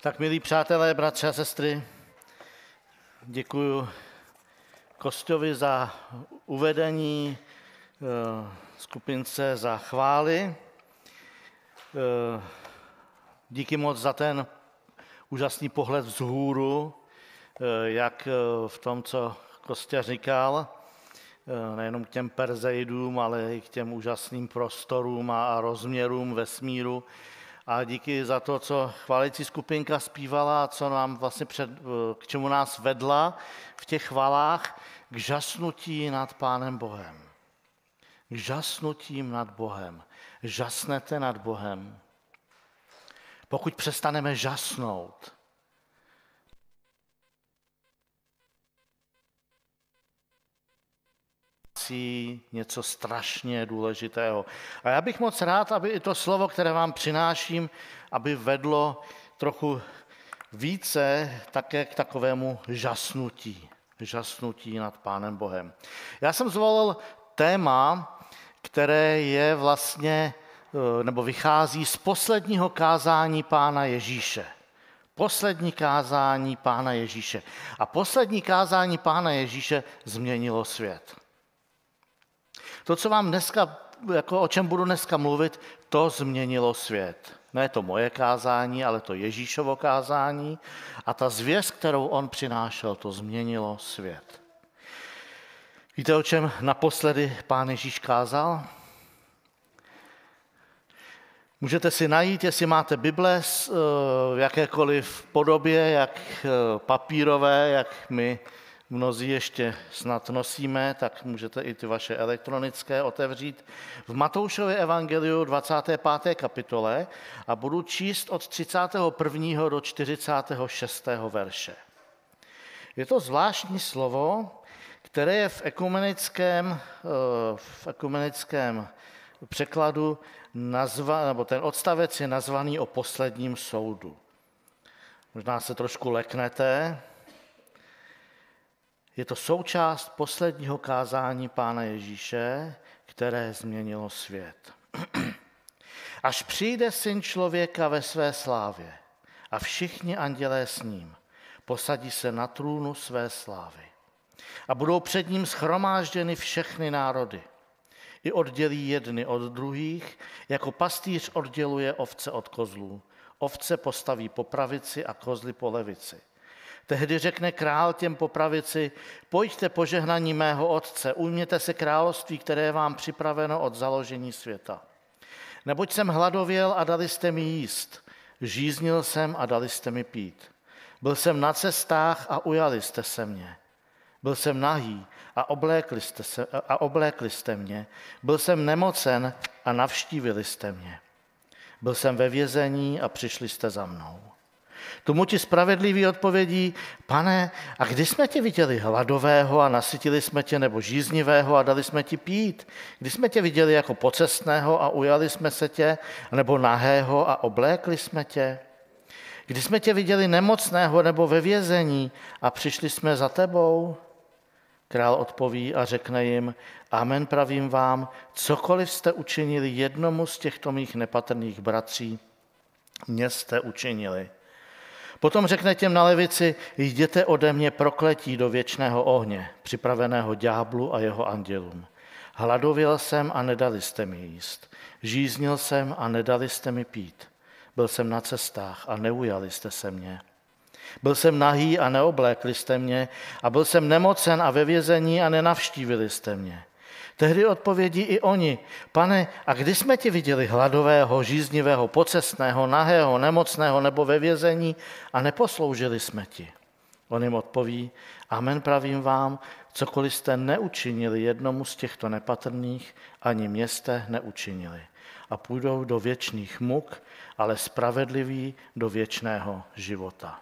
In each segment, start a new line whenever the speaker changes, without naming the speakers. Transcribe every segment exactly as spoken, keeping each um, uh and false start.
Tak milí přátelé, bratři a sestry, děkuji Kostovi za uvedení skupince za chvály. Díky moc za ten úžasný pohled vzhůru, jak v tom, co Kostya říkal, nejenom k těm Perzeidům, ale i k těm úžasným prostorům a rozměrům vesmíru. A díky za to, co chválící skupinka zpívala, co nám vlastně před, k čemu nás vedla v těch chvalách, k žasnutí nad Pánem Bohem. K žasnutím nad Bohem. Žasnete nad Bohem. Pokud přestaneme žasnout, něco strašně důležitého. A já bych moc rád, aby i to slovo, které vám přináším, aby vedlo trochu více také k takovému žasnutí. Žasnutí nad Pánem Bohem. Já jsem zvolil téma, které je vlastně, nebo vychází z posledního kázání Pána Ježíše. Poslední kázání Pána Ježíše. A poslední kázání Pána Ježíše změnilo svět. To, co vám dneska, jako o čem budu dneska mluvit, to změnilo svět. Ne to moje kázání, ale to Ježíšovo kázání. A ta zvěst, kterou on přinášel, to změnilo svět. Víte, o čem naposledy Pán Ježíš kázal? Můžete si najít, jestli máte Bible v jakékoliv podobě, jak papírové, jak my mnozí ještě snad nosíme, tak můžete i ty vaše elektronické otevřít. V Matoušově evangeliu dvacáté páté kapitole a budu číst od třicátého prvního do čtyřicátého šestého verše. Je to zvláštní slovo, které je v ekumenickém, v ekumenickém překladu nazva, nebo ten odstavec je nazvaný o posledním soudu. Možná se trošku leknete. Je to součást posledního kázání Pána Ježíše, které změnilo svět. Až přijde Syn člověka ve své slávě a všichni andělé s ním, posadí se na trůnu své slávy. A budou před ním shromážděny všechny národy. I oddělí jedny od druhých, jako pastýř odděluje ovce od kozlů. Ovce postaví po pravici a kozly po levici. Tehdy řekne král těm po pravici, pojďte požehnaní mého otce, ujměte se království, které je vám připraveno od založení světa. Neboť jsem hladověl a dali jste mi jíst, žíznil jsem a dali jste mi pít. Byl jsem na cestách a ujali jste se mě. Byl jsem nahý a oblékli jste, se, a oblékli jste mě. Byl jsem nemocen a navštívili jste mě. Byl jsem ve vězení a přišli jste za mnou. Tomu ti spravedlivý odpovědí, Pane, a kdy jsme tě viděli hladového a nasytili jsme tě, nebo žíznivého a dali jsme ti pít? Kdy jsme tě viděli jako pocestného a ujali jsme se tě, nebo nahého a oblékli jsme tě? Kdy jsme tě viděli nemocného nebo ve vězení a přišli jsme za tebou? Král odpoví a řekne jim, amen pravím vám, cokoliv jste učinili jednomu z těchto mých nepatrných bratří, mě jste učinili. Potom řekne těm na levici, jděte ode mě prokletí do věčného ohně, připraveného ďáblu a jeho andělům. Hladověl jsem a nedali jste mi jíst. Žíznil jsem a nedali jste mi pít. Byl jsem na cestách a neujali jste se mě. Byl jsem nahý a neoblékli jste mě a byl jsem nemocen a ve vězení a nenavštívili jste mě. Tehdy odpovědí i oni, Pane, a kdy jsme tě viděli hladového, žíznivého, pocestného, nahého, nemocného nebo ve vězení a neposloužili jsme ti? On jim odpoví, amen pravím vám, cokoliv jste neučinili jednomu z těchto nepatrných, ani mě jste neučinili. A půjdou do věčných muk, ale spravedliví do věčného života.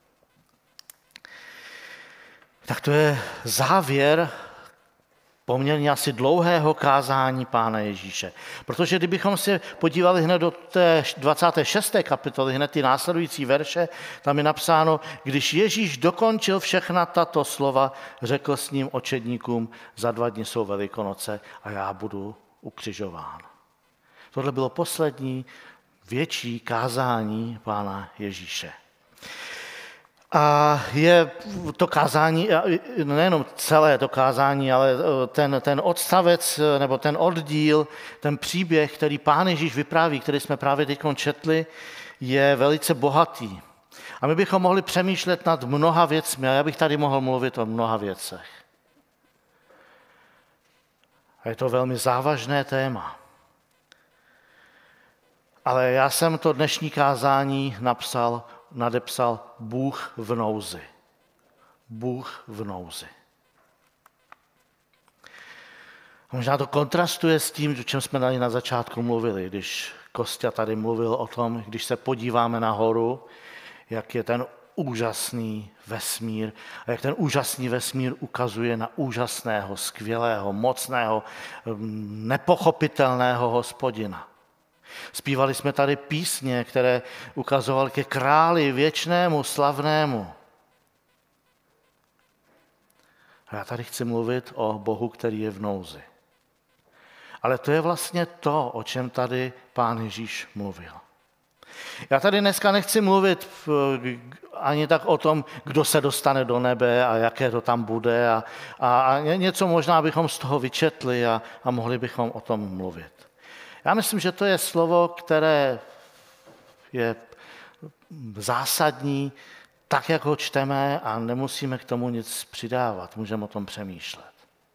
Tak to je závěr poměrně asi dlouhého kázání Pána Ježíše. Protože kdybychom se podívali hned do té dvacáté šesté kapitoly, hned ty následující verše, tam je napsáno, když Ježíš dokončil všechna tato slova, řekl s ním učedníkům, za dva dny jsou Velikonoce a já budu ukřižován. Tohle bylo poslední větší kázání Pána Ježíše. A je to kázání, nejenom celé to kázání, ale ten, ten odstavec nebo ten oddíl, ten příběh, který Pán Ježíš vypráví, který jsme právě teď četli, je velice bohatý. A my bychom mohli přemýšlet nad mnoha věcmi a já bych tady mohl mluvit o mnoha věcech. A je to velmi závažné téma. Ale já jsem to dnešní kázání napsal, nadepsal Bůh v nouzi. Bůh v nouzi. A možná to kontrastuje s tím, o čem jsme tady na začátku mluvili, když Kostya tady mluvil o tom, když se podíváme nahoru, jak je ten úžasný vesmír a jak ten úžasný vesmír ukazuje na úžasného, skvělého, mocného, nepochopitelného Hospodina. Zpívali jsme tady písně, které ukazovaly ke králi věčnému, slavnému. A já tady chci mluvit o Bohu, který je v nouzi. Ale to je vlastně to, o čem tady Pán Ježíš mluvil. Já tady dneska nechci mluvit ani tak o tom, kdo se dostane do nebe a jaké to tam bude a, a, a něco možná bychom z toho vyčetli a, a mohli bychom o tom mluvit. Já myslím, že to je slovo, které je zásadní, tak, jak ho čteme a nemusíme k tomu nic přidávat, můžeme o tom přemýšlet.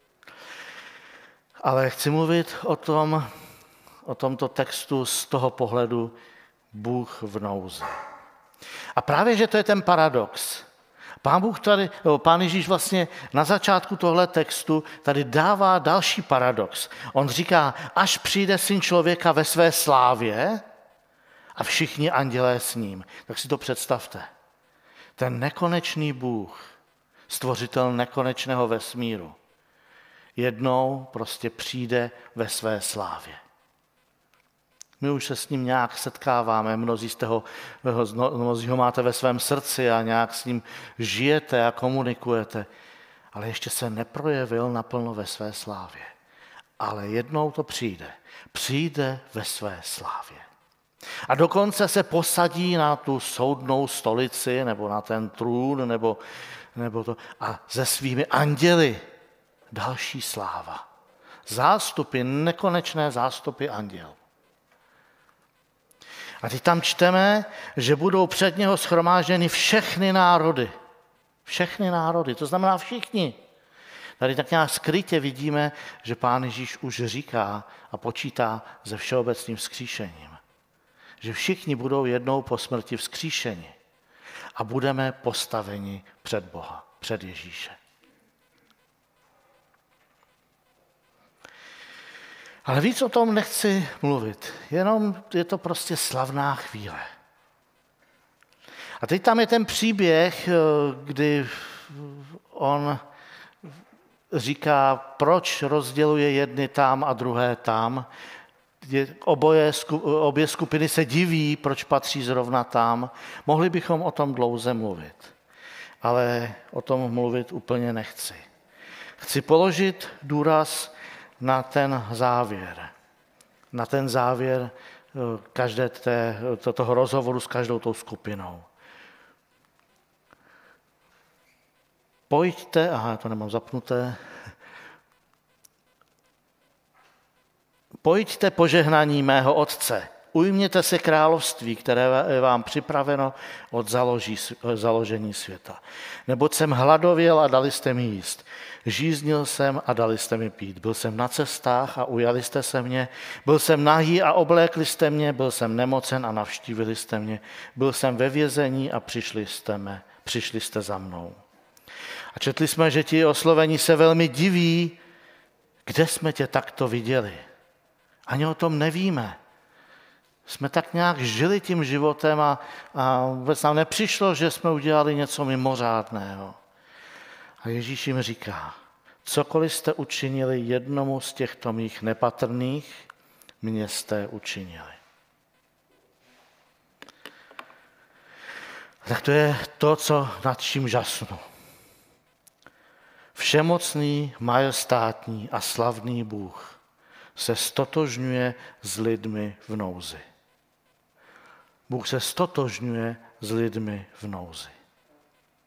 Ale chci mluvit o tom, o tomto textu z toho pohledu Bůh v nouzi. A právě, že to je ten paradox. Pán Bůh tady, Pán Ježíš vlastně na začátku tohle textu tady dává další paradox. On říká, až přijde Syn člověka ve své slávě a všichni andělé s ním. Tak si to představte. Ten nekonečný Bůh, stvořitel nekonečného vesmíru, jednou prostě přijde ve své slávě. My už se s ním nějak setkáváme, mnozí, jste ho, mnozí ho máte ve svém srdci a nějak s ním žijete a komunikujete, ale ještě se neprojevil naplno ve své slávě. Ale jednou to přijde. Přijde ve své slávě. A dokonce se posadí na tu soudnou stolici nebo na ten trůn nebo, nebo to, a se svými anděli další sláva. Zástupy, nekonečné zástupy andělů. A teď tam čteme, že budou před něho shromážděny všechny národy. Všechny národy, to znamená všichni. Tady tak nějak skrytě vidíme, že Pán Ježíš už říká a počítá se všeobecným vzkříšením. Že všichni budou jednou po smrti vzkříšeni a budeme postaveni před Boha, před Ježíše. Ale víc o tom nechci mluvit, jenom je to prostě slavná chvíle. A teď tam je ten příběh, kdy on říká, proč rozděluje jedny tam a druhé tam. Oboje, obě skupiny se diví, proč patří zrovna tam. Mohli bychom o tom dlouze mluvit, ale o tom mluvit úplně nechci. Chci položit důraz na ten závěr. Na ten závěr každé té, toho rozhovoru s každou tou skupinou. Pojďte, aha, to nemám zapnuté. Pojďte požehnaní mého Otce. Ujměte se království, které je vám připraveno od založí, založení světa. Neboť jsem hladověl a dali jste mi jíst. Žíznil jsem a dali jste mi pít. Byl jsem na cestách a ujali jste se mě. Byl jsem nahý a oblékli jste mě. Byl jsem nemocen a navštívili jste mě. Byl jsem ve vězení a přišli jste, me, přišli jste za mnou. A četli jsme, že ti oslovení se velmi diví, kde jsme tě takto viděli. Ani o tom nevíme. Jsme tak nějak žili tím životem a, a vůbec nám nepřišlo, že jsme udělali něco mimořádného. A Ježíš jim říká, cokoliv jste učinili jednomu z těchto mých nepatrných, mně jste učinili. Tak to je to, co nad čím žasnu. Všemocný, majestátní a slavný Bůh se stotožňuje s lidmi v nouzi. Bůh se stotožňuje s lidmi v nouzi.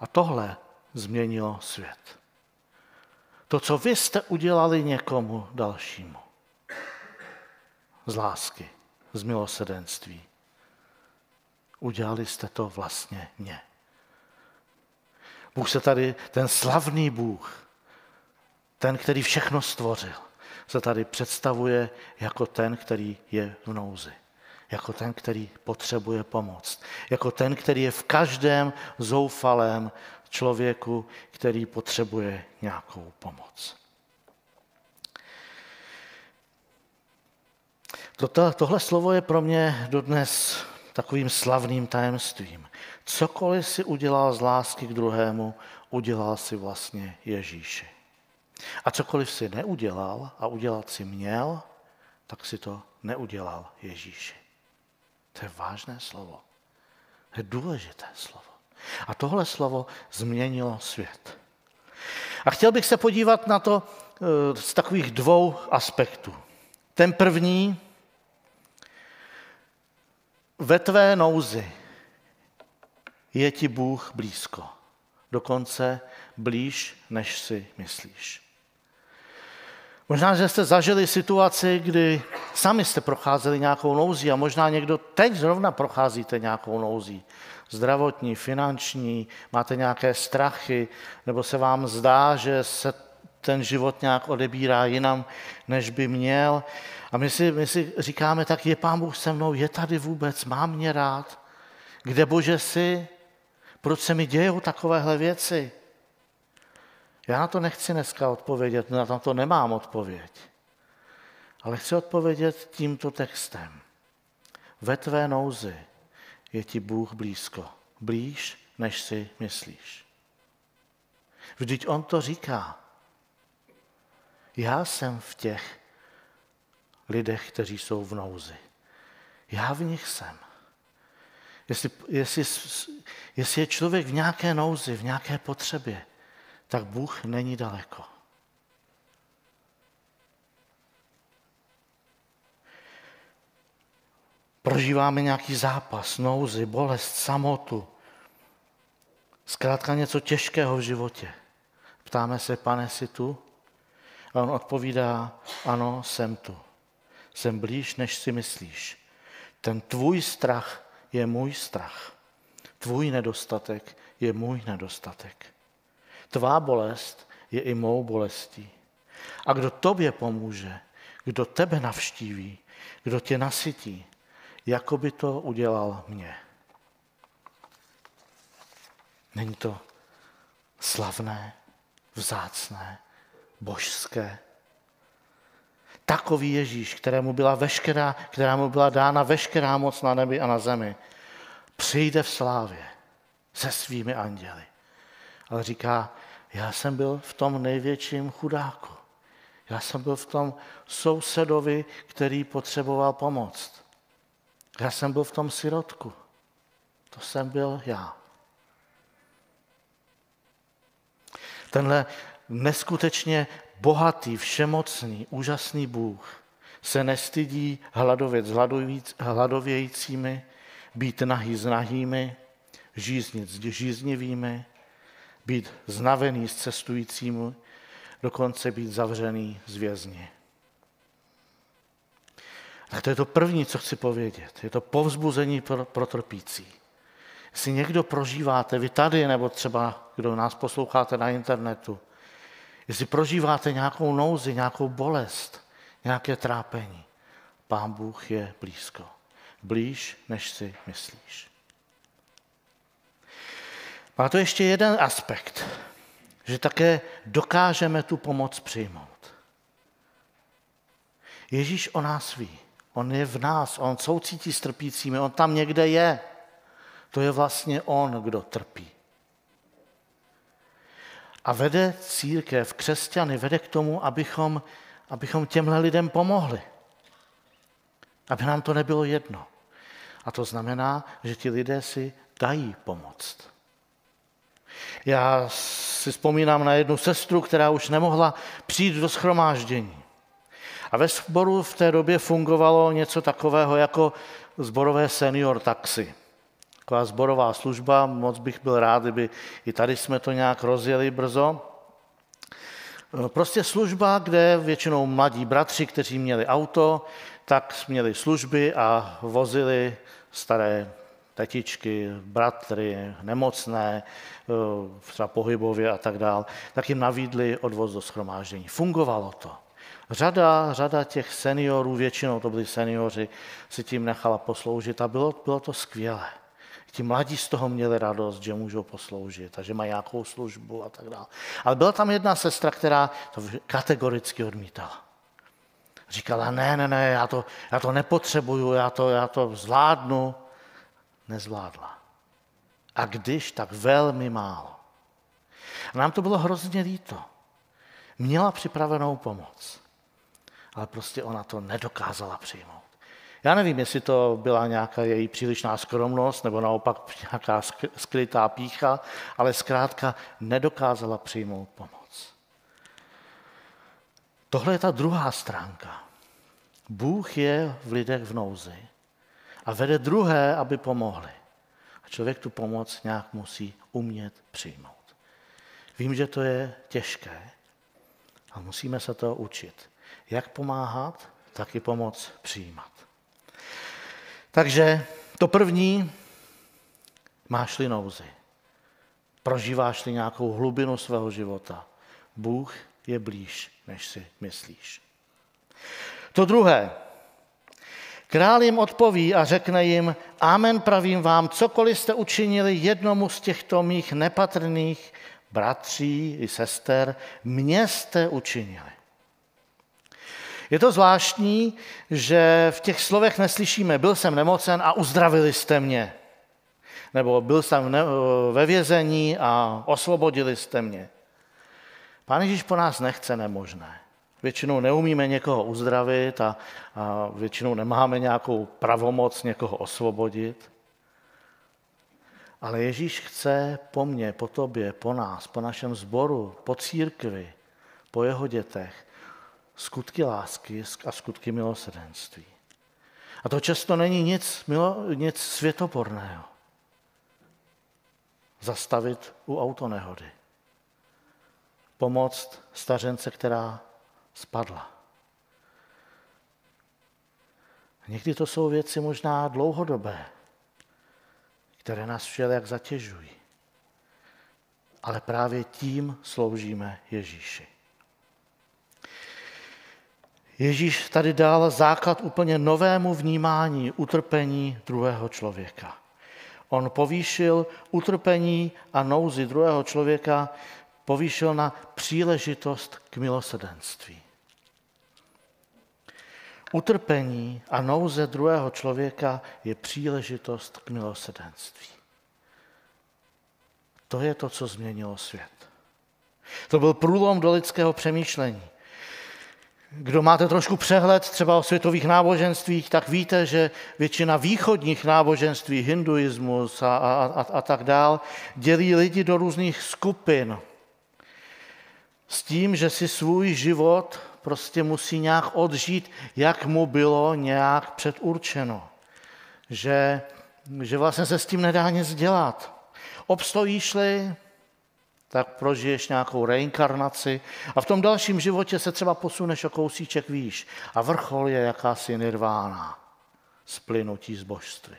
A tohle změnilo svět. To, co vy jste udělali někomu dalšímu. Z lásky, z milosrdenství. Udělali jste to vlastně mně. Bůh se tady, ten slavný Bůh, ten, který všechno stvořil, se tady představuje jako ten, který je v nouzi. Jako ten, který potřebuje pomoc. Jako ten, který je v každém zoufalém člověku, který potřebuje nějakou pomoc. Toto, tohle slovo je pro mě dodnes takovým slavným tajemstvím. Cokoliv si udělal z lásky k druhému, udělal si vlastně Ježíši. A cokoliv si neudělal a udělat si měl, tak si to neudělal Ježíši. To je vážné slovo. To je důležité slovo. A tohle slovo změnilo svět. A chtěl bych se podívat na to z takových dvou aspektů. Ten první, ve tvé nouzi je ti Bůh blízko. Dokonce blíž, než si myslíš. Možná, že jste zažili situaci, kdy sami jste procházeli nějakou nouzí a možná někdo teď zrovna procházíte nějakou nouzí. Zdravotní, finanční, máte nějaké strachy, nebo se vám zdá, že se ten život nějak odebírá jinam, než by měl. A my si, my si říkáme, tak je Pán Bůh se mnou, je tady vůbec, má mě rád? Kde Bože jsi? Proč se mi dějou takovéhle věci? Já na to nechci dneska odpovědět, na to nemám odpověď. Ale chci odpovědět tímto textem. Ve tvé nouzi je ti Bůh blízko. Blíž, než si myslíš. Vždyť on to říká. Já jsem v těch lidech, kteří jsou v nouzi. Já v nich jsem. Jestli, jestli, jestli je člověk v nějaké nouzi, v nějaké potřebě, tak Bůh není daleko. Prožíváme nějaký zápas, nouzi, bolest, samotu. Zkrátka něco těžkého v životě. Ptáme se, Pane, jsi tu? A on odpovídá, ano, jsem tu. Jsem blíž, než si myslíš. Ten tvůj strach je můj strach. Tvůj nedostatek je můj nedostatek. Tvá bolest je i mou bolestí. A kdo tobě pomůže, kdo tebe navštíví, kdo tě nasytí, jako by to udělal mě. Není to slavné, vzácné, božské? Takový Ježíš, kterému byla veškerá, kterému byla dána veškerá moc na nebi a na zemi, přijde v slávě se svými anděli. Ale říká, já jsem byl v tom největším chudáku. Já jsem byl v tom sousedovi, který potřeboval pomoc. Já jsem byl v tom sirotku. To jsem byl já. Tenhle neskutečně bohatý, všemocný, úžasný Bůh se nestydí hladovět s hladovějícími, být nahý s nahými, žíznit s žíznivými, být znavený s cestujícími, dokonce být zavřený z vězni. Tak to je to první, co chci povědět. Je to povzbuzení pro, pro trpící. Jestli někdo prožíváte, vy tady, nebo třeba kdo nás posloucháte na internetu, jestli prožíváte nějakou nouzi, nějakou bolest, nějaké trápení, Pán Bůh je blízko. Blíž, než si myslíš. Má to ještě jeden aspekt, že také dokážeme tu pomoc přijmout. Ježíš o nás ví. On je v nás, on soucítí s trpícími, on tam někde je. To je vlastně on, kdo trpí. A vede církev, křesťany, vede k tomu, abychom, abychom těmhle lidem pomohli. Aby nám to nebylo jedno. A to znamená, že ti lidé si dají pomoct. Já si vzpomínám na jednu sestru, která už nemohla přijít do shromáždění. A ve sboru v té době fungovalo něco takového jako sborové senior taxi. Taková sborová služba, moc bych byl rád, kdyby i tady jsme to nějak rozjeli brzo. Prostě služba, kde většinou mladí bratři, kteří měli auto, tak měli služby a vozili staré tetičky, bratry, nemocné, třeba pohybově a tak dál, tak jim nabídli odvoz do shromáždění. Fungovalo to. Řada, řada těch seniorů, většinou to byli seniori, si tím nechala posloužit a bylo, bylo to skvělé. Ti mladí z toho měli radost, že můžou posloužit a že mají nějakou službu a tak dále. Ale byla tam jedna sestra, která to kategoricky odmítala. Říkala, ne, ne, ne, já to, já to nepotřebuju, já to, já to zvládnu. Nezvládla. A když, tak velmi málo. A nám to bylo hrozně líto. Měla připravenou pomoc, ale prostě ona to nedokázala přijmout. Já nevím, jestli to byla nějaká její přílišná skromnost, nebo naopak nějaká skrytá pýcha, ale zkrátka nedokázala přijmout pomoc. Tohle je ta druhá stránka. Bůh je v lidech v nouzi a vede druhé, aby pomohli. A člověk tu pomoc nějak musí umět přijmout. Vím, že to je těžké, ale musíme se to učit. Jak pomáhat, tak i pomoc přijímat. Takže to první, máš-li nouzi, prožíváš-li nějakou hlubinu svého života, Bůh je blíž, než si myslíš. To druhé, král jim odpoví a řekne jim, amen pravím vám, cokoliv jste učinili jednomu z těchto mých nepatrných bratří i sester, mě jste učinili. Je to zvláštní, že v těch slovech neslyšíme, byl jsem nemocen a uzdravili jste mě. Nebo byl jsem ve vězení a osvobodili jste mě. Pán Ježíš po nás nechce nemožné. Většinou neumíme někoho uzdravit a, a většinou nemáme nějakou pravomoc někoho osvobodit. Ale Ježíš chce po mně, po tobě, po nás, po našem sboru, po církvi, po jeho dětech, skutky lásky a skutky milosrdenství. A to často není nic, milo, nic světoborného. Zastavit u autonehody. Pomoct stařence, která spadla. Někdy to jsou věci možná dlouhodobé, které nás všelijak zatěžují. Ale právě tím sloužíme Ježíši. Ježíš tady dal základ úplně novému vnímání utrpení druhého člověka. On povýšil utrpení a nouzi druhého člověka, povýšil na příležitost k milosrdenství. Utrpení a nouze druhého člověka je příležitost k milosrdenství. To je to, co změnilo svět. To byl průlom do lidského přemýšlení. Kdo máte trošku přehled třeba o světových náboženstvích, tak víte, že většina východních náboženství, hinduismus a, a, a, a tak dál, dělí lidi do různých skupin. S tím, že si svůj život prostě musí nějak odžít, jak mu bylo nějak předurčeno. Že, že vlastně se s tím nedá nic dělat. Obstojíš-li, tak prožiješ nějakou reinkarnaci a v tom dalším životě se třeba posuneš o kousíček výš a vrchol je jakási nirvána, splynutí z božství.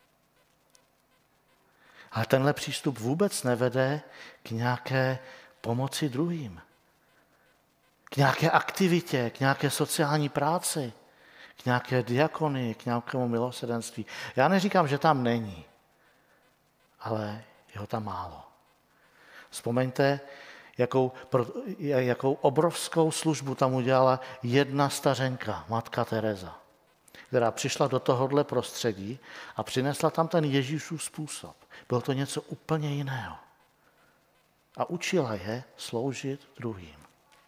Ale tenhle přístup vůbec nevede k nějaké pomoci druhým, k nějaké aktivitě, k nějaké sociální práci, k nějaké diakonii, k nějakému milosrdenství. Já neříkám, že tam není, ale je ho tam málo. Vzpomeňte, jakou, jakou obrovskou službu tam udělala jedna stařenka, matka Teresa, která přišla do tohohle prostředí a přinesla tam ten Ježíšův způsob. Bylo to něco úplně jiného. A učila je sloužit druhým.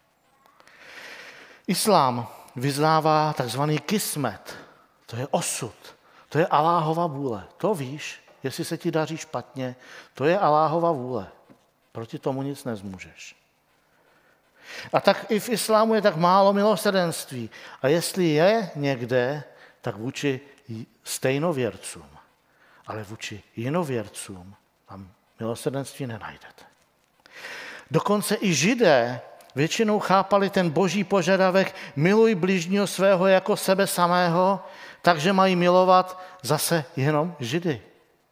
Islám vyznává takzvaný kismet, to je osud, to je Aláhova vůle. To víš, jestli se ti daří špatně, to je Aláhova vůle. Proti tomu nic nezmůžeš. A tak i v islámu je tak málo milosrdenství. A jestli je někde, tak vůči stejnověrcům. ale vůči jinověrcům tam milosrdenství nenajdete. Dokonce i Židé většinou chápali ten boží požadavek miluj bližního svého jako sebe samého, takže mají milovat zase jenom Židy.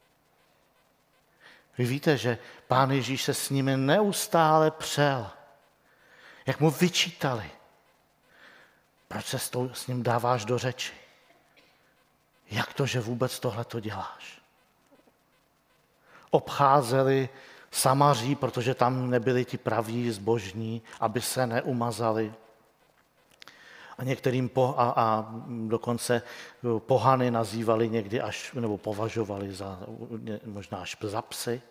Vy víte, že Pán Ježíš se s nimi neustále přel. Jak mu vyčítali. Proč se s ním dáváš do řeči? Jak to, že vůbec tohleto děláš? Obcházeli Samaří, protože tam nebyli ti praví zbožní, aby se neumazali. A některým po, a, a dokonce pohany nazývali někdy až, nebo považovali za, možná až za psy.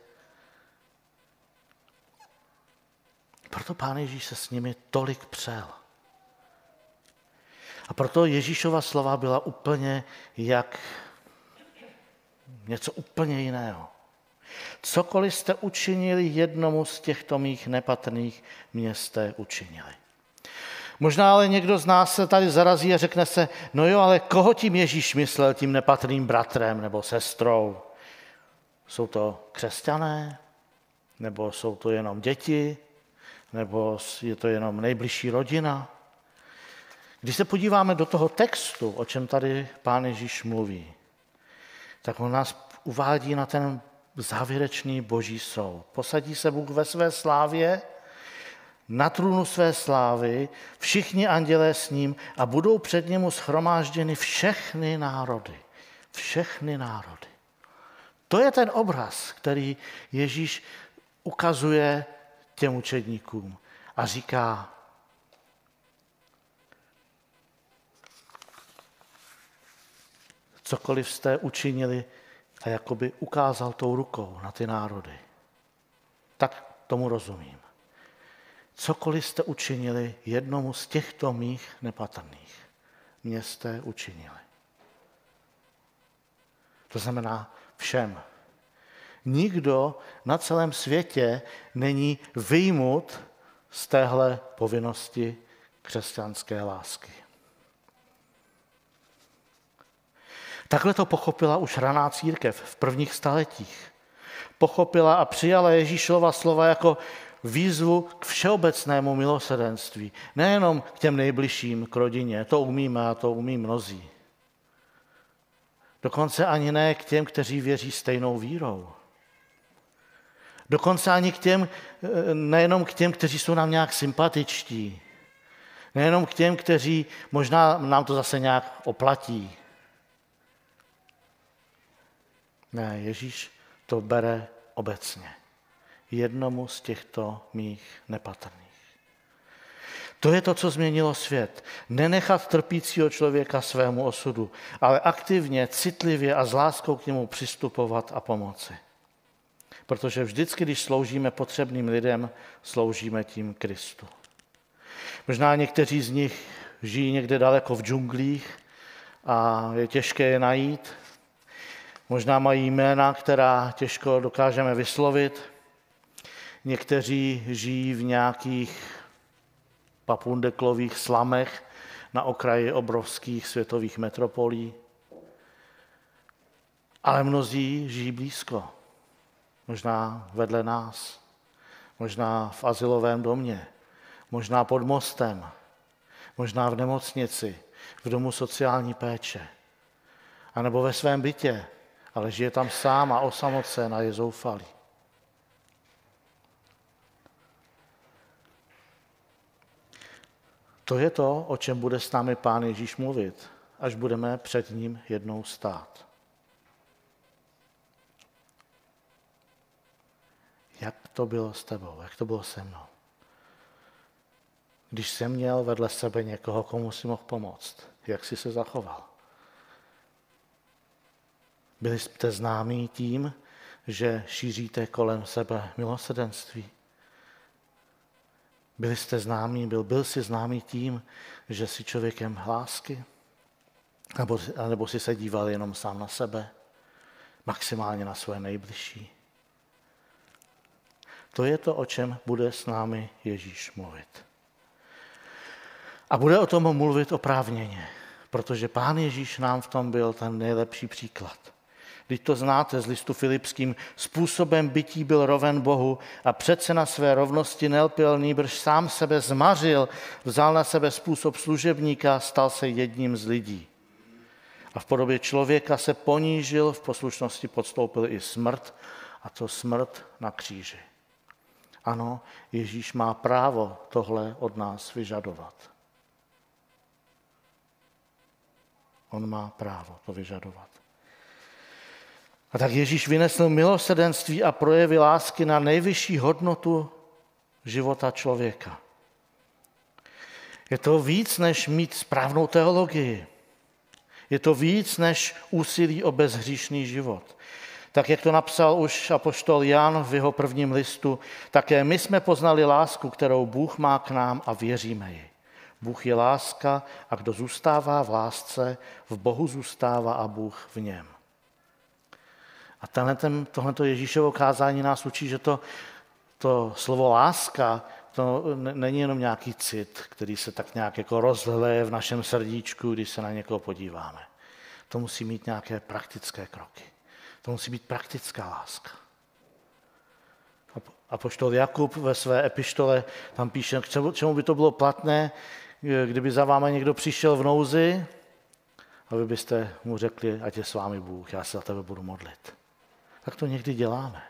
Proto Pán Ježíš se s nimi tolik přel. A proto Ježíšova slova byla úplně jak něco úplně jiného. Cokoliv jste učinili jednomu z těchto mých nepatrných, mě jste učinili. Možná ale někdo z nás se tady zarazí a řekne se, no jo, ale koho tím Ježíš myslel, tím nepatrným bratrem nebo sestrou? Jsou to křesťané? Nebo jsou to jenom děti? Nebo je to jenom nejbližší rodina? Když se podíváme do toho textu, o čem tady Pán Ježíš mluví, tak on nás uvádí na ten závěrečný boží soud. Posadí se Bůh ve své slávě, na trůnu své slávy, všichni andělé s ním a budou před němu shromážděny všechny národy. Všechny národy. To je ten obraz, který Ježíš ukazuje těm učedníkům a říká, cokoliv jste učinili a jakoby ukázal tou rukou na ty národy. Tak tomu rozumím. Cokoliv jste učinili jednomu z těchto mých nepatrných, mě jste učinili. To znamená všem. Nikdo na celém světě není vyjmut z téhle povinnosti křesťanské lásky. Takhle to pochopila už raná církev v prvních staletích. Pochopila a přijala Ježíšova slova jako výzvu k všeobecnému milosrdenství. Nejenom k těm nejbližším, k rodině, to umíme a to umí mnozí. Dokonce ani ne k těm, kteří věří stejnou vírou. Dokonce ani k těm, nejenom k těm, kteří jsou nám nějak sympatičtí. Nejenom k těm, kteří možná nám to zase nějak oplatí. Ne, Ježíš to bere obecně. Jednomu z těchto mých nepatrných. To je to, co změnilo svět. Nenechat trpícího člověka svému osudu, ale aktivně, citlivě a s láskou k němu přistupovat a pomoci. Protože vždycky, když sloužíme potřebným lidem, sloužíme tím Kristu. Možná někteří z nich žijí někde daleko v džunglích a je těžké je najít. Možná mají jména, která těžko dokážeme vyslovit. Někteří žijí v nějakých papundeklových slamech na okraji obrovských světových metropolí. Ale mnozí žijí blízko. Možná vedle nás. Možná v azylovém domě. Možná pod mostem. Možná v nemocnici. V domu sociální péče. A nebo ve svém bytě. Ale žije tam sám a osamocen a je zoufalý. To je to, o čem bude s námi Pán Ježíš mluvit, až budeme před ním jednou stát. Jak to bylo s tebou, jak to bylo se mnou? Když jsem měl vedle sebe někoho, komu si mohl pomoct, jak jsi se zachoval? Byli jste známí tím, že šíříte kolem sebe milosrdenství? Byli jste známí, byl, byl jsi známý tím, že jsi člověkem lásky? Nebo, nebo jsi se díval jenom sám na sebe? Maximálně na své nejbližší? To je to, o čem bude s námi Ježíš mluvit. A bude o tom mluvit oprávněně, protože Pán Ježíš nám v tom byl ten nejlepší příklad. Vždyť to znáte z listu Filipským, způsobem bytí byl roven Bohu a přece na své rovnosti nelpěl, nýbrž sám sebe zmařil, vzal na sebe způsob služebníka, stal se jedním z lidí. A v podobě člověka se ponížil, v poslušnosti podstoupil i smrt, a to smrt na kříži. Ano, Ježíš má právo tohle od nás vyžadovat. On má právo to vyžadovat. A tak Ježíš vynesl milosrdenství a projevy lásky na nejvyšší hodnotu života člověka. Je to víc, než mít správnou teologii. Je to víc, než úsilí o bezhříšný život. Tak, jak to napsal už apoštol Jan v jeho prvním listu, také my jsme poznali lásku, kterou Bůh má k nám a věříme ji. Bůh je láska a kdo zůstává v lásce, v Bohu zůstává a Bůh v něm. A tohleto Ježíšovo kázání nás učí, že to, to slovo láska, to není jenom nějaký cit, který se tak nějak jako rozhleje v našem srdíčku, když se na někoho podíváme. To musí mít nějaké praktické kroky. To musí být praktická láska. Apoštol Jakub ve své epištole tam píše, k čemu by to bylo platné, kdyby za vámi někdo přišel v nouzi a vy byste mu řekli, ať je s vámi Bůh, já se za tebe budu modlit. Tak to někdy děláme.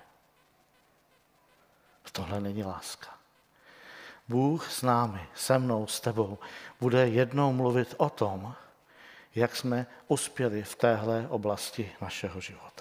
Tohle není láska. Bůh s námi, se mnou, s tebou bude jednou mluvit o tom, jak jsme uspěli v téhle oblasti našeho života.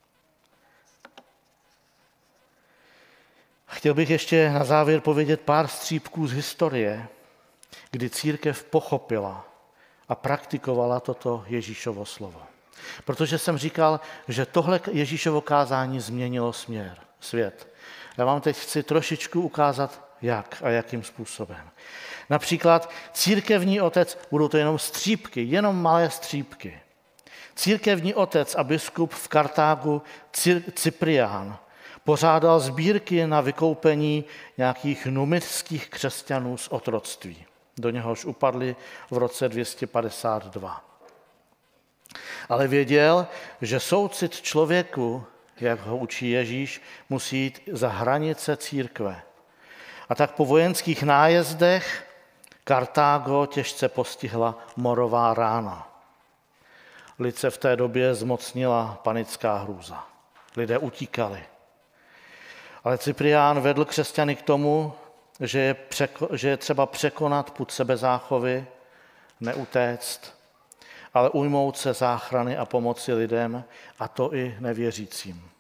Chtěl bych ještě na závěr povědět pár střípků z historie, kdy církev pochopila a praktikovala toto Ježíšovo slovo. Protože jsem říkal, že tohle Ježíšovo kázání změnilo směr, svět. Já vám teď chci trošičku ukázat, jak a jakým způsobem. Například církevní otec, budou to jenom střípky, jenom malé střípky. Církevní otec a biskup v Kartágu Cyprián pořádal sbírky na vykoupení nějakých numitských křesťanů z otroctví. Do něhož upadli v roce dvě stě padesát dva. Ale věděl, že soucit člověku, jak ho učí Ježíš, musí jít za hranice církve. A tak po vojenských nájezdech Kartágo těžce postihla morová rána. Lid se v té době zmocnila panická hrůza. Lidé utíkali. Ale Cyprián vedl křesťany k tomu, že je, překo- že je třeba překonat pud sebezáchovy, neutéct, ale ujmout se záchrany a pomoci lidem, a to i nevěřícím.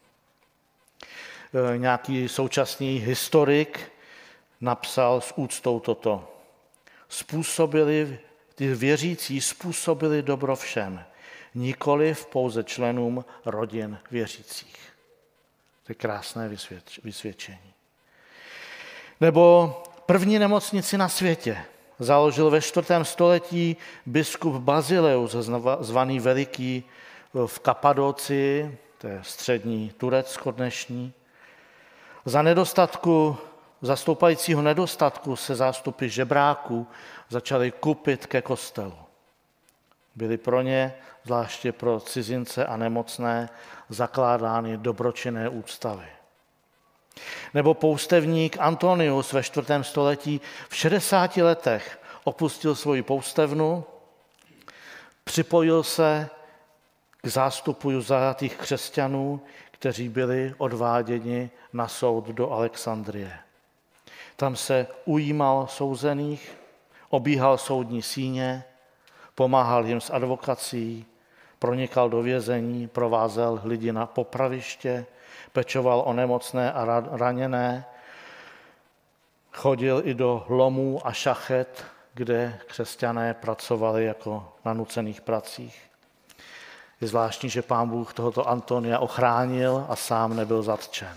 Nějaký současný historik napsal s úctou toto. Způsobili, ty věřící způsobili dobro všem, nikoliv pouze členům rodin věřících. To je krásné vysvědčení. Nebo první nemocnici na světě založil ve čtvrtém století biskup Bazileus, zvaný Veliký, v Kapadocii, to je střední Turecko dnešní. Za nedostatku, za stoupajícího nedostatku se zástupy žebráků začaly kupit ke kostelu. Byly pro ně, zvláště pro cizince a nemocné, zakládány dobročinné ústavy. Nebo poustevník Antonius ve čtvrtém století v šedesáti letech opustil svoji poustevnu, připojil se k zástupu zajatých křesťanů, kteří byli odváděni na soud do Alexandrie. Tam se ujímal souzených, obíhal soudní síně, pomáhal jim s advokací, pronikal do vězení, provázel lidi na popraviště, pečoval o nemocné a raněné, chodil i do lomů a šachet, kde křesťané pracovali jako na nucených pracích. Je zvláštní, že Pán Bůh tohoto Antonia ochránil a sám nebyl zatčen.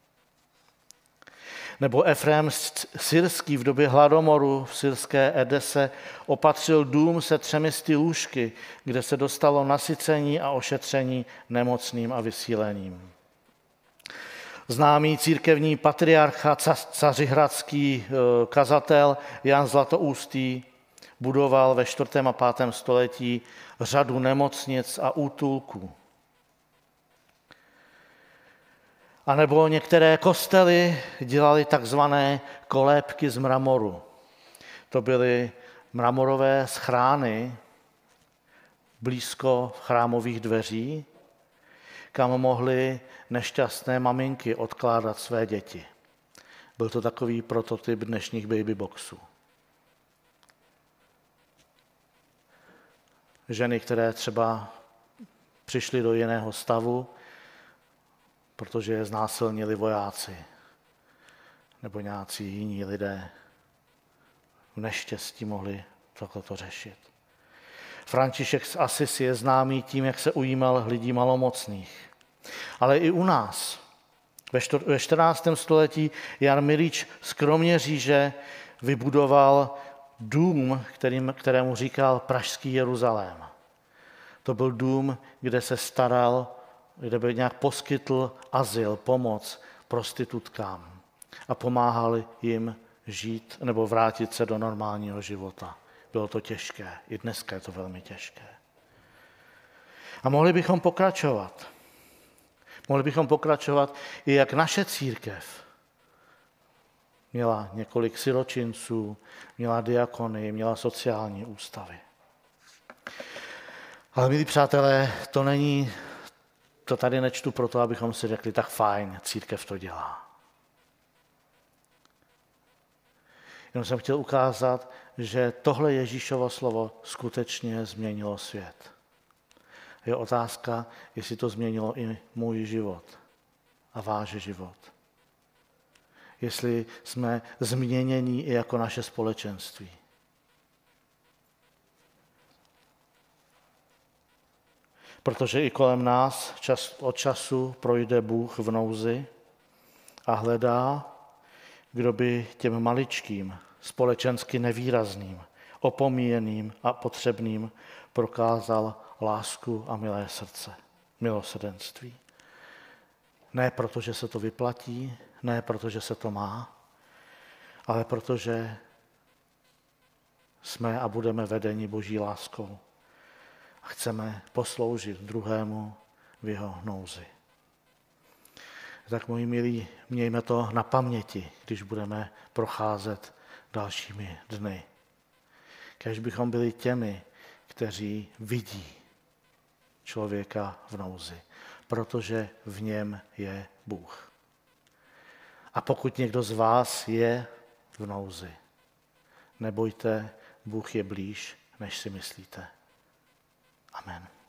Nebo Efrém Syrský v době hladomoru v syrské Edese opatřil dům se třemi sty lůžky, kde se dostalo nasycení a ošetření nemocným a vysíleným. Známý církevní patriarcha, cařihradský kazatel Jan Zlatoustý budoval ve čtvrtém a pátém století řadu nemocnic a útulků. A nebo některé kostely dělaly takzvané kolébky z mramoru. To byly mramorové schrány blízko chrámových dveří, kam mohly nešťastné maminky odkládat své děti. Byl to takový prototyp dnešních babyboxů. Ženy, které třeba přišly do jiného stavu, protože je znásilnili vojáci nebo nějací jiní lidé, v neštěstí mohli toto řešit. František z Asisi je známý tím, jak se ujímal lidí malomocných. Ale i u nás, ve čtrnáctém století, Jan Milič z Kroměříže vybudoval dům, kterým, kterému říkal Pražský Jeruzalém. To byl dům, kde se staral, kde by nějak poskytl azyl, pomoc prostitutkám a pomáhal jim žít nebo vrátit se do normálního života. Bylo to těžké, i dneska je to velmi těžké. A mohli bychom pokračovat. Mohli bychom pokračovat i jak naše církev měla několik siročinců, měla diakony, měla sociální ústavy. Ale milí přátelé, to není, to tady nečtu proto, abychom si řekli, tak fajn, církev to dělá. Jenom jsem chtěl ukázat, že tohle Ježíšovo slovo skutečně změnilo svět. Je otázka, jestli to změnilo i můj život a váš život. Jestli jsme změnění i jako naše společenství. Protože i kolem nás čas od času projde Bůh v nouzi a hledá, kdo by těm maličkým, společensky nevýrazným, opomíjeným a potřebným prokázal lásku a milé srdce, milosrdenství. Ne proto, že se to vyplatí, ne proto, že se to má, ale protože jsme a budeme vedeni Boží láskou a chceme posloužit druhému v jeho nouzi. Tak, moji milí, mějme to na paměti, když budeme procházet dalšími dny. Kéž bychom byli těmi, kteří vidí člověka v nouzi, protože v něm je Bůh. A pokud někdo z vás je v nouzi, nebojte, Bůh je blíž, než si myslíte. Amen.